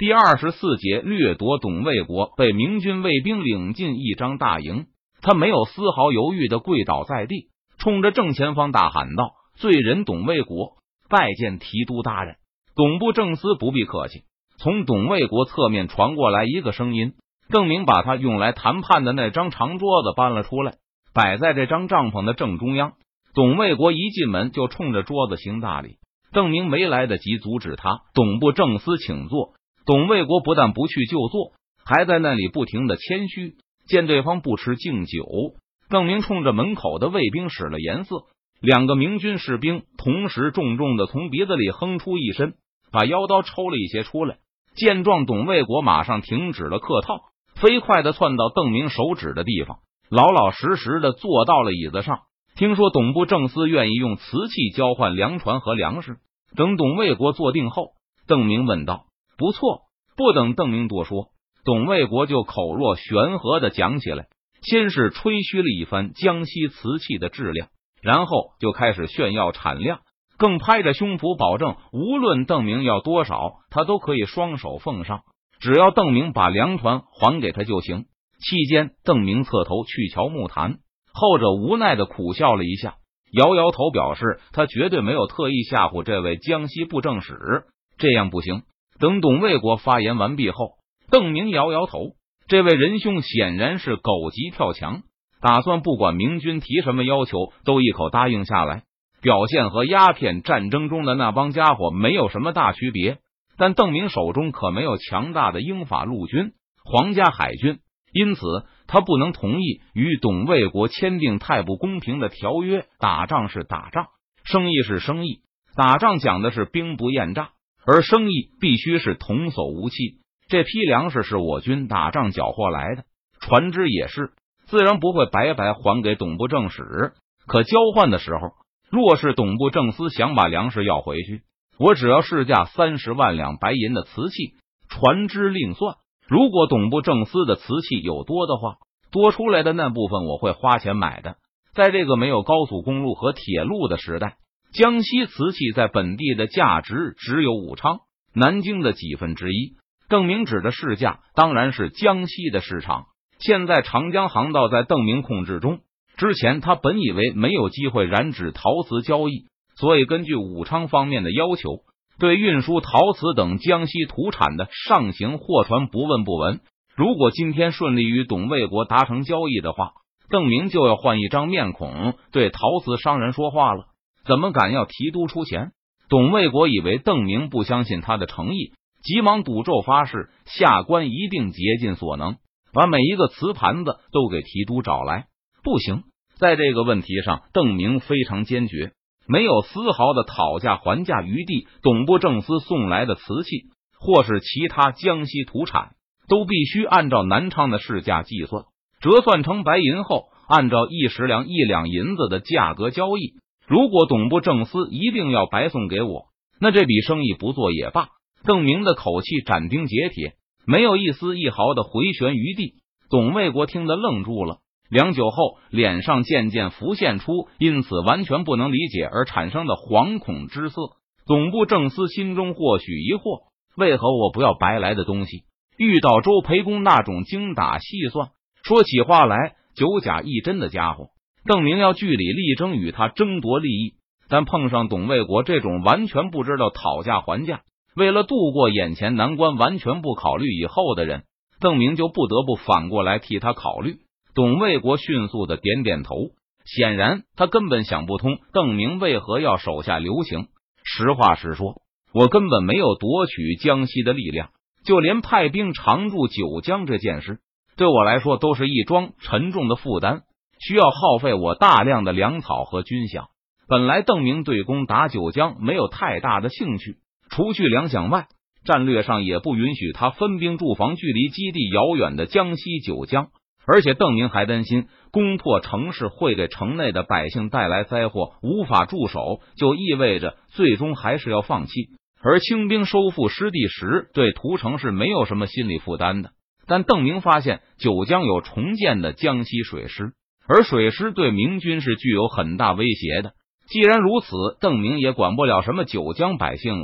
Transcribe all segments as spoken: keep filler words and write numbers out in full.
第二十四节掠夺。董卫国被明军卫兵领进一张大营，他没有丝毫犹豫的跪倒在地，冲着正前方大喊道：“罪人董卫国，拜见提督大人。”董部正司不必客气。从董卫国侧面传过来一个声音，邓明把他用来谈判的那张长桌子搬了出来，摆在这张帐篷的正中央。董卫国一进门就冲着桌子行大礼，邓明没来得及阻止他。董部正司请坐。董卫国不但不去就坐，还在那里不停的谦虚。见对方不吃敬酒，邓明冲着门口的卫兵使了颜色。两个明军士兵同时重重的从鼻子里哼出一声，把腰刀抽了一些出来。见状，董卫国马上停止了客套，飞快的窜到邓明手指的地方，老老实实的坐到了椅子上。听说董部正司愿意用瓷器交换粮船和粮食。等董卫国坐定后，邓明问道：“不错。”不等邓明多说，董卫国就口若悬河的讲起来，先是吹嘘了一番江西瓷器的质量，然后就开始炫耀产量，更拍着胸脯保证，无论邓明要多少，他都可以双手奉上，只要邓明把粮团还给他就行。期间，邓明侧头去瞧木坛，后者无奈的苦笑了一下，摇摇头表示他绝对没有特意吓唬这位江西布政使，这样不行。等董卫国发言完毕后，邓明摇摇头，这位仁兄显然是狗急跳墙，打算不管明军提什么要求都一口答应下来，表现和鸦片战争中的那帮家伙没有什么大区别。但邓明手中可没有强大的英法陆军、皇家海军，因此他不能同意与董卫国签订太不公平的条约。打仗是打仗，生意是生意，打仗讲的是兵不厌诈，而生意必须是童叟无欺。这批粮食是我军打仗缴获来的，船只也是，自然不会白白还给董部正使。可交换的时候，若是董部正司想把粮食要回去，我只要市价三十万两白银的瓷器，船只另算。如果董部正司的瓷器有多的话，多出来的那部分我会花钱买的。在这个没有高速公路和铁路的时代，江西瓷器在本地的价值只有武昌、南京的几分之一。邓明指的市价当然是江西的市场。现在长江航道在邓明控制中，之前他本以为没有机会染指陶瓷交易，所以根据武昌方面的要求，对运输陶瓷等江西土产的上行货船不问不闻。如果今天顺利与董卫国达成交易的话，邓明就要换一张面孔对陶瓷商人说话了。怎么敢要提督出钱？董卫国以为邓明不相信他的诚意，急忙赌咒发誓，下官一定竭尽所能，把每一个瓷盘子都给提督找来。不行，在这个问题上，邓明非常坚决，没有丝毫的讨价还价余地。董部正司送来的瓷器或是其他江西土产，都必须按照南昌的市价计算，折算成白银后，按照一十两一两银子的价格交易。如果董部正司一定要白送给我，那这笔生意不做也罢。邓明的口气斩钉截铁，没有一丝一毫的回旋余地。董卫国听得愣住了，良久后脸上渐渐浮现出因此完全不能理解而产生的惶恐之色。总部正司心中或许疑惑，为何我不要白来的东西？遇到周培公那种精打细算、说起话来九假一真的家伙，邓明要据理力争与他争夺利益。但碰上董卫国这种完全不知道讨价还价，为了度过眼前难关完全不考虑以后的人，邓明就不得不反过来替他考虑。董卫国迅速的点点头，显然他根本想不通邓明为何要手下留情。实话实说，我根本没有夺取江西的力量，就连派兵常驻九江这件事，对我来说都是一桩沉重的负担，需要耗费我大量的粮草和军饷。本来邓明对攻打九江没有太大的兴趣，除去粮饷外，战略上也不允许他分兵驻防距离基地遥远的江西九江。而且邓明还担心攻破城市会给城内的百姓带来灾祸，无法驻守，就意味着最终还是要放弃。而清兵收复失地时，对屠城是没有什么心理负担的。但邓明发现九江有重建的江西水师，而水师对明军是具有很大威胁的。既然如此，邓明也管不了什么九江百姓了，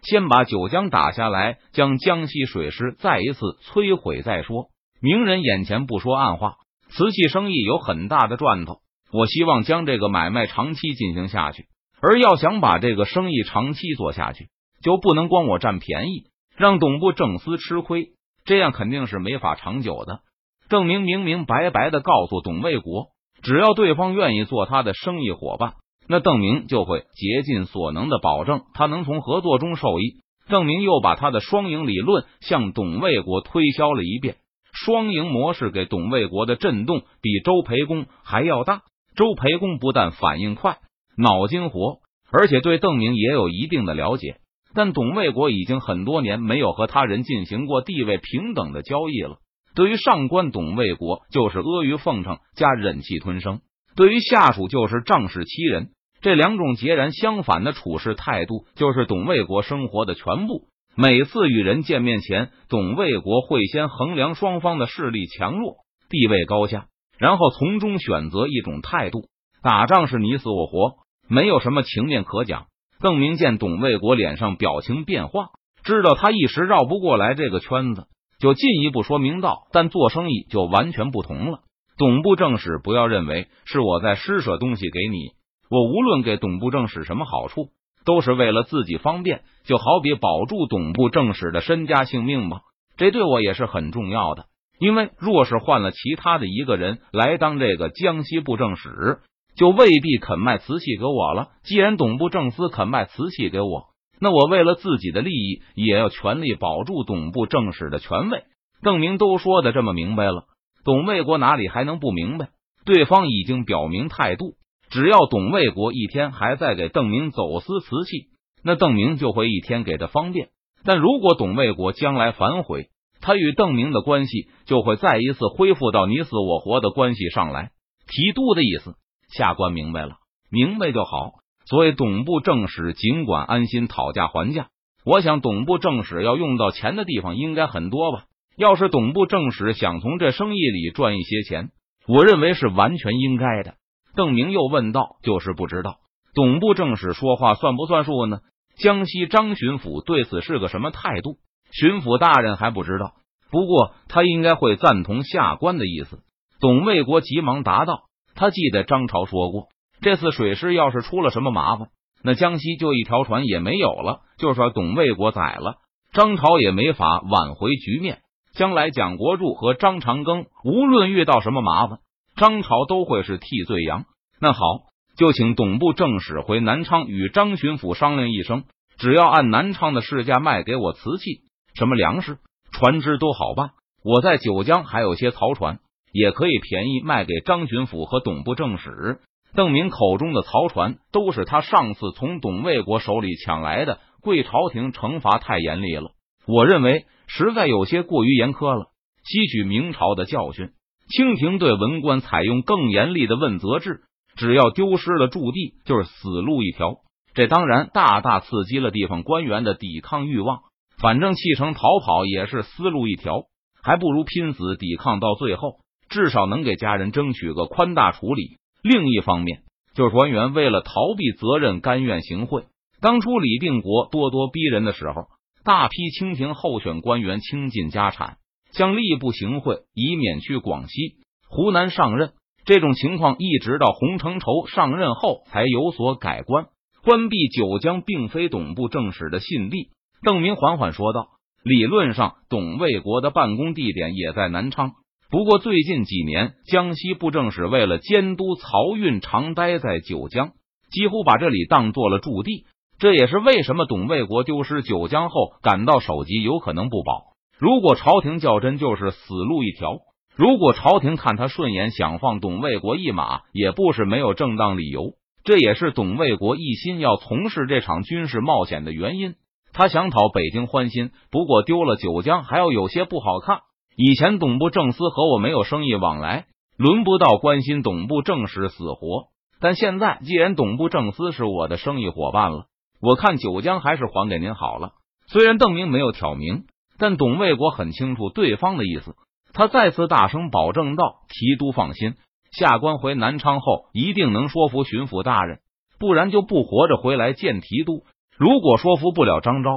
先把九江打下来，将江西水师再一次摧毁再说。明人眼前不说暗话，瓷器生意有很大的赚头，我希望将这个买卖长期进行下去。而要想把这个生意长期做下去，就不能光我占便宜，让董部正司吃亏，这样肯定是没法长久的。邓明明明白白的告诉董卫国，只要对方愿意做他的生意伙伴，那邓明就会竭尽所能的保证他能从合作中受益。邓明又把他的双赢理论向董卫国推销了一遍，双赢模式给董卫国的震动比周培公还要大。周培公不但反应快，脑筋活，而且对邓明也有一定的了解，但董卫国已经很多年没有和他人进行过地位平等的交易了。对于上官董卫国就是阿谀奉承加忍气吞声，对于下属就是仗势欺人，这两种截然相反的处事态度就是董卫国生活的全部。每次与人见面前，董卫国会先衡量双方的势力强弱、地位高下，然后从中选择一种态度。打仗是你死我活，没有什么情面可讲。邓明见董卫国脸上表情变化，知道他一时绕不过来这个圈子，就进一步说明道，但做生意就完全不同了。董部正使不要认为是我在施舍东西给你，我无论给董部正使什么好处，都是为了自己方便，就好比保住董部正使的身家性命吧，这对我也是很重要的。因为若是换了其他的一个人来当这个江西布政使，就未必肯卖瓷器给我了。既然董部正司肯卖瓷器给我，那我为了自己的利益，也要全力保住董部正使的权位。邓明都说的这么明白了，董卫国哪里还能不明白？对方已经表明态度，只要董卫国一天还在给邓明走私瓷器，那邓明就会一天给他方便。但如果董卫国将来反悔，他与邓明的关系就会再一次恢复到你死我活的关系上来。提督的意思下官明白了，明白就好。所以董部正使尽管安心讨价还价，我想董部正使要用到钱的地方应该很多吧。要是董部正使想从这生意里赚一些钱，我认为是完全应该的。邓明又问道，就是不知道董部正使说话算不算数呢？江西张巡抚对此是个什么态度？巡抚大人还不知道，不过他应该会赞同下官的意思。董卫国急忙答道，他记得张朝说过，这次水师要是出了什么麻烦，那江西就一条船也没有了，就算董卫国宰了，张朝也没法挽回局面。将来蒋国柱和张长庚无论遇到什么麻烦，张朝都会是替罪羊。那好，就请董部正使回南昌与张巡抚商量一声，只要按南昌的市价卖给我瓷器，什么粮食、船只都好办。我在九江还有些漕船，也可以便宜卖给张巡抚和董部正使。邓明口中的漕船都是他上次从董卫国手里抢来的，贵朝廷惩罚太严厉了，我认为实在有些过于严苛了。吸取明朝的教训，清廷对文官采用更严厉的问责制，只要丢失了驻地就是死路一条。这当然大大刺激了地方官员的抵抗欲望，反正弃城逃跑也是死路一条，还不如拼死抵抗到最后，至少能给家人争取个宽大处理。另一方面，就是官员为了逃避责任甘愿行贿。当初李定国咄咄逼人的时候，大批清廷候选官员倾尽家产向吏部行贿，以免去广西、湖南上任。这种情况一直到洪承畴上任后才有所改观。关闭九江并非董部正使的信地，邓明缓缓说道，理论上董卫国的办公地点也在南昌，不过最近几年江西布政使为了监督漕运常待在九江，几乎把这里当做了驻地。这也是为什么董卫国丢失九江后感到首级有可能不保。如果朝廷较真，就是死路一条。如果朝廷看他顺眼，想放董卫国一马，也不是没有正当理由。这也是董卫国一心要从事这场军事冒险的原因。他想讨北京欢心，不过丢了九江还要有些不好看。以前董部正司和我没有生意往来，轮不到关心董部正使死活。但现在既然董部正司是我的生意伙伴了，我看九江还是还给您好了。虽然邓明没有挑明，但董卫国很清楚对方的意思。他再次大声保证道，提督放心，下官回南昌后一定能说服巡抚大人，不然就不活着回来见提督。如果说服不了张昭，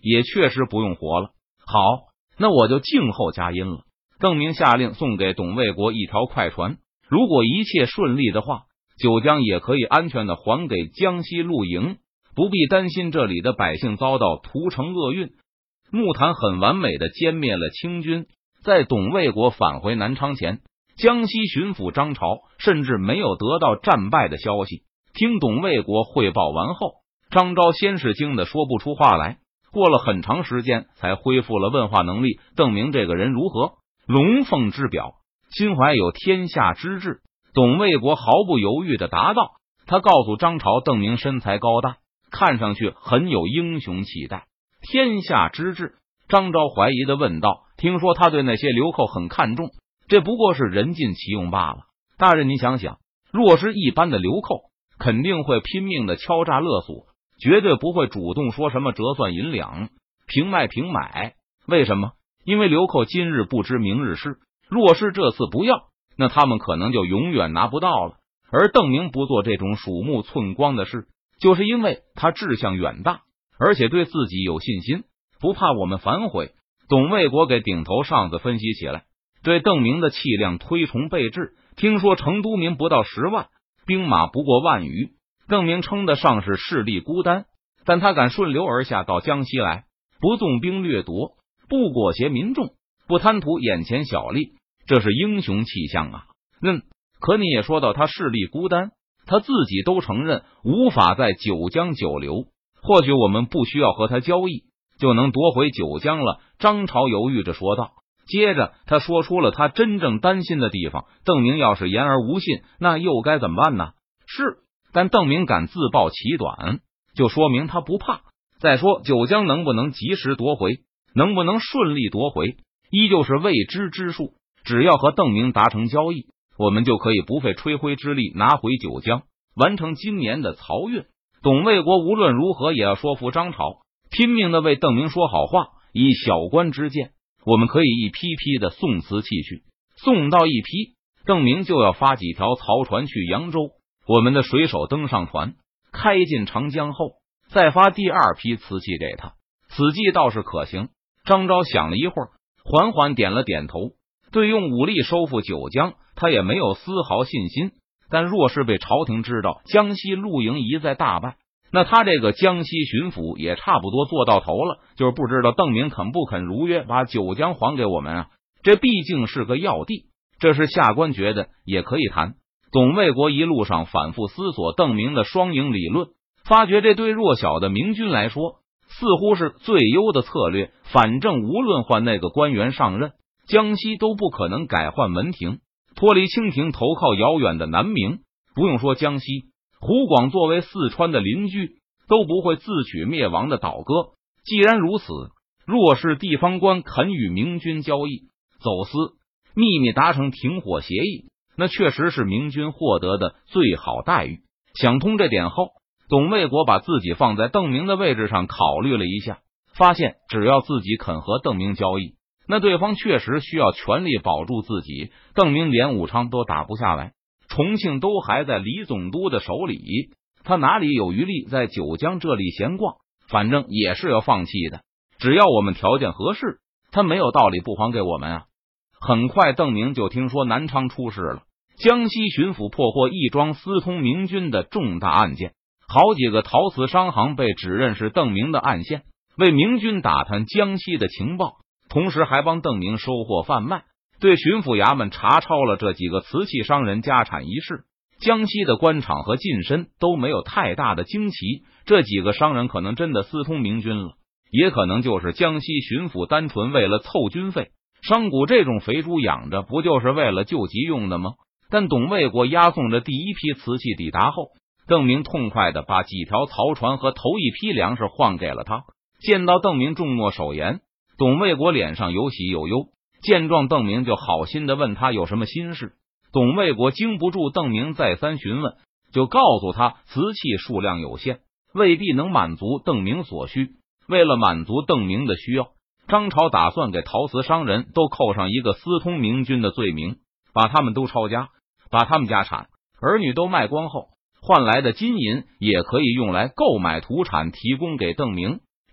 也确实不用活了。好，那我就静候佳音了。邓明下令送给董卫国一条快船，如果一切顺利的话，九江也可以安全的还给江西陆营，不必担心这里的百姓遭到屠城厄运。木坛很完美的歼灭了清军。在董卫国返回南昌前，江西巡抚张朝甚至没有得到战败的消息。听董卫国汇报完后，张昭先是惊得说不出话来，过了很长时间才恢复了问话能力。邓明这个人如何？龙凤之表，心怀有天下之志。董卫国毫不犹豫的答道。他告诉张朝，邓明身材高大，看上去很有英雄气概。天下之志？张昭怀疑的问道。听说他对那些流寇很看重，这不过是人尽其用罢了。大人，你想想，若是一般的流寇，肯定会拼命的敲诈勒索，绝对不会主动说什么折算银两、平卖平买。为什么？因为流寇今日不知明日事，若是这次不要，那他们可能就永远拿不到了。而邓明不做这种鼠目寸光的事，就是因为他志向远大，而且对自己有信心，不怕我们反悔。董卫国给顶头上司分析起来，对邓明的气量推崇备至。听说成都民不到十万，兵马不过万余，邓明称得上是势力孤单，但他敢顺流而下到江西来，不纵兵掠夺，不裹挟民众，不贪图眼前小利，这是英雄气象啊！嗯，可你也说到他势力孤单，他自己都承认无法在九江久留，或许我们不需要和他交易，就能夺回九江了。张朝犹豫着说道。接着他说出了他真正担心的地方。邓明要是言而无信，那又该怎么办呢？是，但邓明敢自曝其短，就说明他不怕。再说九江能不能及时夺回，能不能顺利夺回，依旧是未知之数。只要和邓明达成交易，我们就可以不费吹灰之力拿回九江，完成今年的漕运。董卫国无论如何也要说服张朝，拼命的为邓明说好话。以小官之见，我们可以一批批的送瓷器去，送到一批，邓明就要发几条漕船去扬州。我们的水手登上船，开进长江后，再发第二批瓷器给他。此计倒是可行。张昭想了一会儿，缓缓点了点头。对用武力收复九江，他也没有丝毫信心。但若是被朝廷知道江西陆营一再大败，那他这个江西巡抚也差不多做到头了。就是不知道邓明肯不肯如约把九江还给我们啊？这毕竟是个要地，这是下官觉得也可以谈。董卫国一路上反复思索邓明的双赢理论，发觉这对弱小的明军来说似乎是最优的策略。反正无论换那个官员上任，江西都不可能改换文廷，脱离清廷投靠遥远的南明。不用说江西，湖广作为四川的邻居，都不会自取灭亡的倒戈。既然如此，若是地方官肯与明军交易、走私、秘密达成停火协议，那确实是明军获得的最好待遇。想通这点后，董卫国把自己放在邓明的位置上考虑了一下，发现只要自己肯和邓明交易，那对方确实需要全力保住自己。邓明连武昌都打不下来，重庆都还在李总督的手里，他哪里有余力在九江这里闲逛？反正也是要放弃的。只要我们条件合适，他没有道理不还给我们啊。很快邓明就听说南昌出事了，江西巡抚破获一桩私通明军的重大案件，好几个陶瓷商行被指认是邓明的暗线，为明军打探江西的情报，同时还帮邓明收获贩卖。对巡抚衙门查抄了这几个瓷器商人家产一事，江西的官场和近身都没有太大的惊奇。这几个商人可能真的私通明军了，也可能就是江西巡抚单纯为了凑军费。商贾这种肥猪养着不就是为了救急用的吗？但董卫国押送着第一批瓷器抵达后，邓明痛快的把几条漕船和头一批粮食换给了他。见到邓明重诺守言，董卫国脸上有喜有忧。见状，邓明就好心的问他有什么心事。董卫国经不住邓明再三询问，就告诉他瓷器数量有限，未必能满足邓明所需。为了满足邓明的需要，张朝打算给陶瓷商人都扣上一个私通明军的罪名，把他们都抄家，把他们家产、儿女都卖光后，换来的金银也可以用来购买土产，提供给邓明。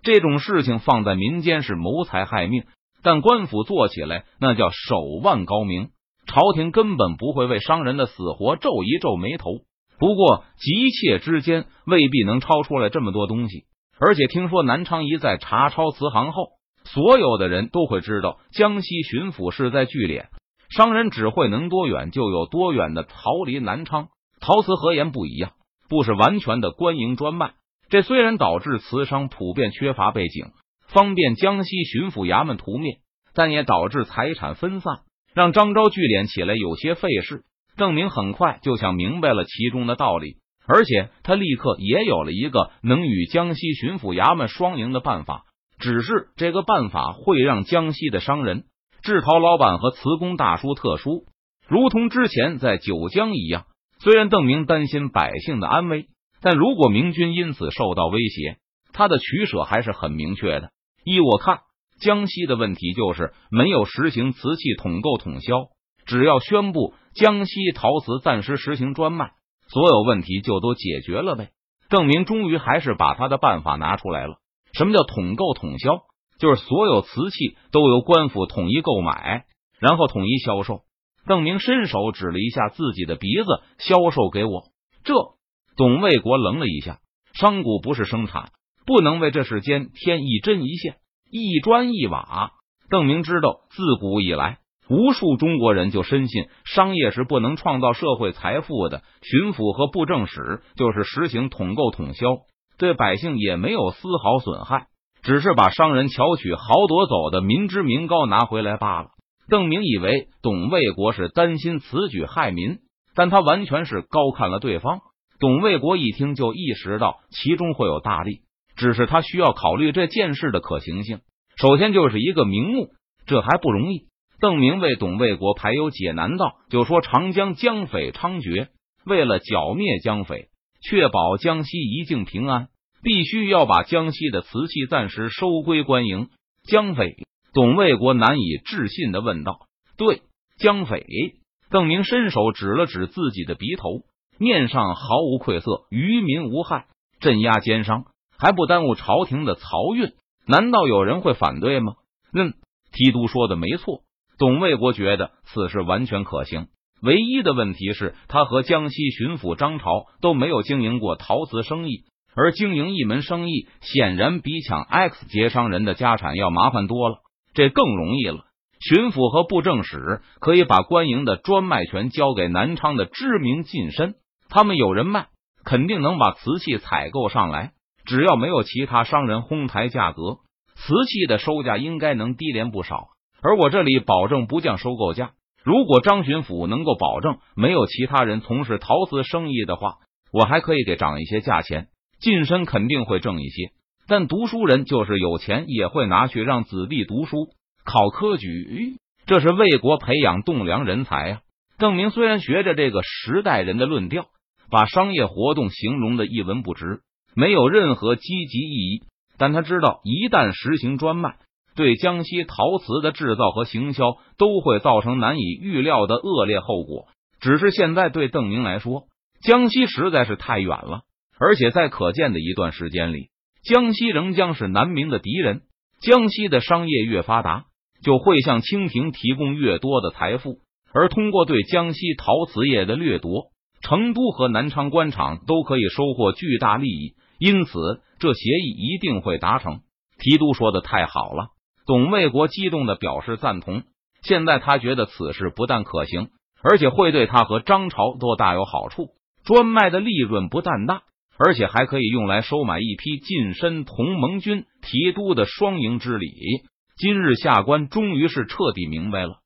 这种事情放在民间是谋财害命，但官府做起来那叫手腕高明，朝廷根本不会为商人的死活皱一皱眉头。不过急切之间未必能抄出来这么多东西，而且听说南昌一在查抄瓷行后，所有的人都会知道江西巡抚是在聚敛，商人只会能多远就有多远的逃离南昌。陶瓷和盐不一样，不是完全的官营专卖，这虽然导致瓷商普遍缺乏背景，方便江西巡抚衙门屠灭，但也导致财产分散，让张昭聚敛起来有些费事。邓明很快就想明白了其中的道理，而且他立刻也有了一个能与江西巡抚衙门双赢的办法，只是这个办法会让江西的商人、制陶老板和瓷工大叔特殊，如同之前在九江一样。虽然邓明担心百姓的安危，但如果明军因此受到威胁，他的取舍还是很明确的。依我看，江西的问题就是没有实行瓷器统购统销，只要宣布江西陶瓷暂时实行专卖，所有问题就都解决了呗。邓明终于还是把他的办法拿出来了。什么叫统购统销？就是所有瓷器都由官府统一购买，然后统一销售。邓明伸手指了一下自己的鼻子，销售给我。这董卫国愣了一下，商贾不是生产，不能为这世间添一针一线一砖一瓦。邓明知道自古以来无数中国人就深信商业是不能创造社会财富的，巡抚和布政使就是实行统购统销，对百姓也没有丝毫损害，只是把商人巧取豪夺走的民脂民膏拿回来罢了。邓明以为董卫国是担心此举害民，但他完全是高看了对方。董卫国一听就意识到其中会有大利，只是他需要考虑这件事的可行性。首先就是一个名目，这还不容易。邓明为董卫国排忧解难道，就说长江江匪猖獗，为了剿灭江匪，确保江西一境平安，必须要把江西的瓷器暂时收归官营。江匪？董卫国难以置信的问道。对，江匪。邓明伸手指了指自己的鼻头，面上毫无愧色，于民无害，镇压奸商，还不耽误朝廷的漕运，难道有人会反对吗？嗯，提督说的没错，董卫国觉得此事完全可行。唯一的问题是他和江西巡抚张朝都没有经营过陶瓷生意，而经营一门生意显然比抢 X 劫商人的家产要麻烦多了，这更容易了。巡抚和布政使可以把官营的专卖权交给南昌的知名近身，他们有人脉，肯定能把瓷器采购上来，只要没有其他商人哄抬价格，瓷器的收价应该能低廉不少。而我这里保证不降收购价，如果张巡抚能够保证没有其他人从事陶瓷生意的话，我还可以给涨一些价钱，近身肯定会挣一些。但读书人就是有钱也会拿去让子弟读书考科举，这是为国培养栋梁人才啊。邓明虽然学着这个时代人的论调，把商业活动形容的一文不值，没有任何积极意义，但他知道一旦实行专卖，对江西陶瓷的制造和行销都会造成难以预料的恶劣后果。只是现在对邓明来说，江西实在是太远了，而且在可见的一段时间里，江西仍将是南明的敌人。江西的商业越发达，就会向清廷提供越多的财富，而通过对江西陶瓷业的掠夺，成都和南昌官场都可以收获巨大利益，因此这协议一定会达成。提督说的太好了，董卫国激动地表示赞同。现在他觉得此事不但可行，而且会对他和张朝都大有好处。专卖的利润不但大，而且还可以用来收买一批近身同盟军提督的双赢之礼。今日下官终于是彻底明白了，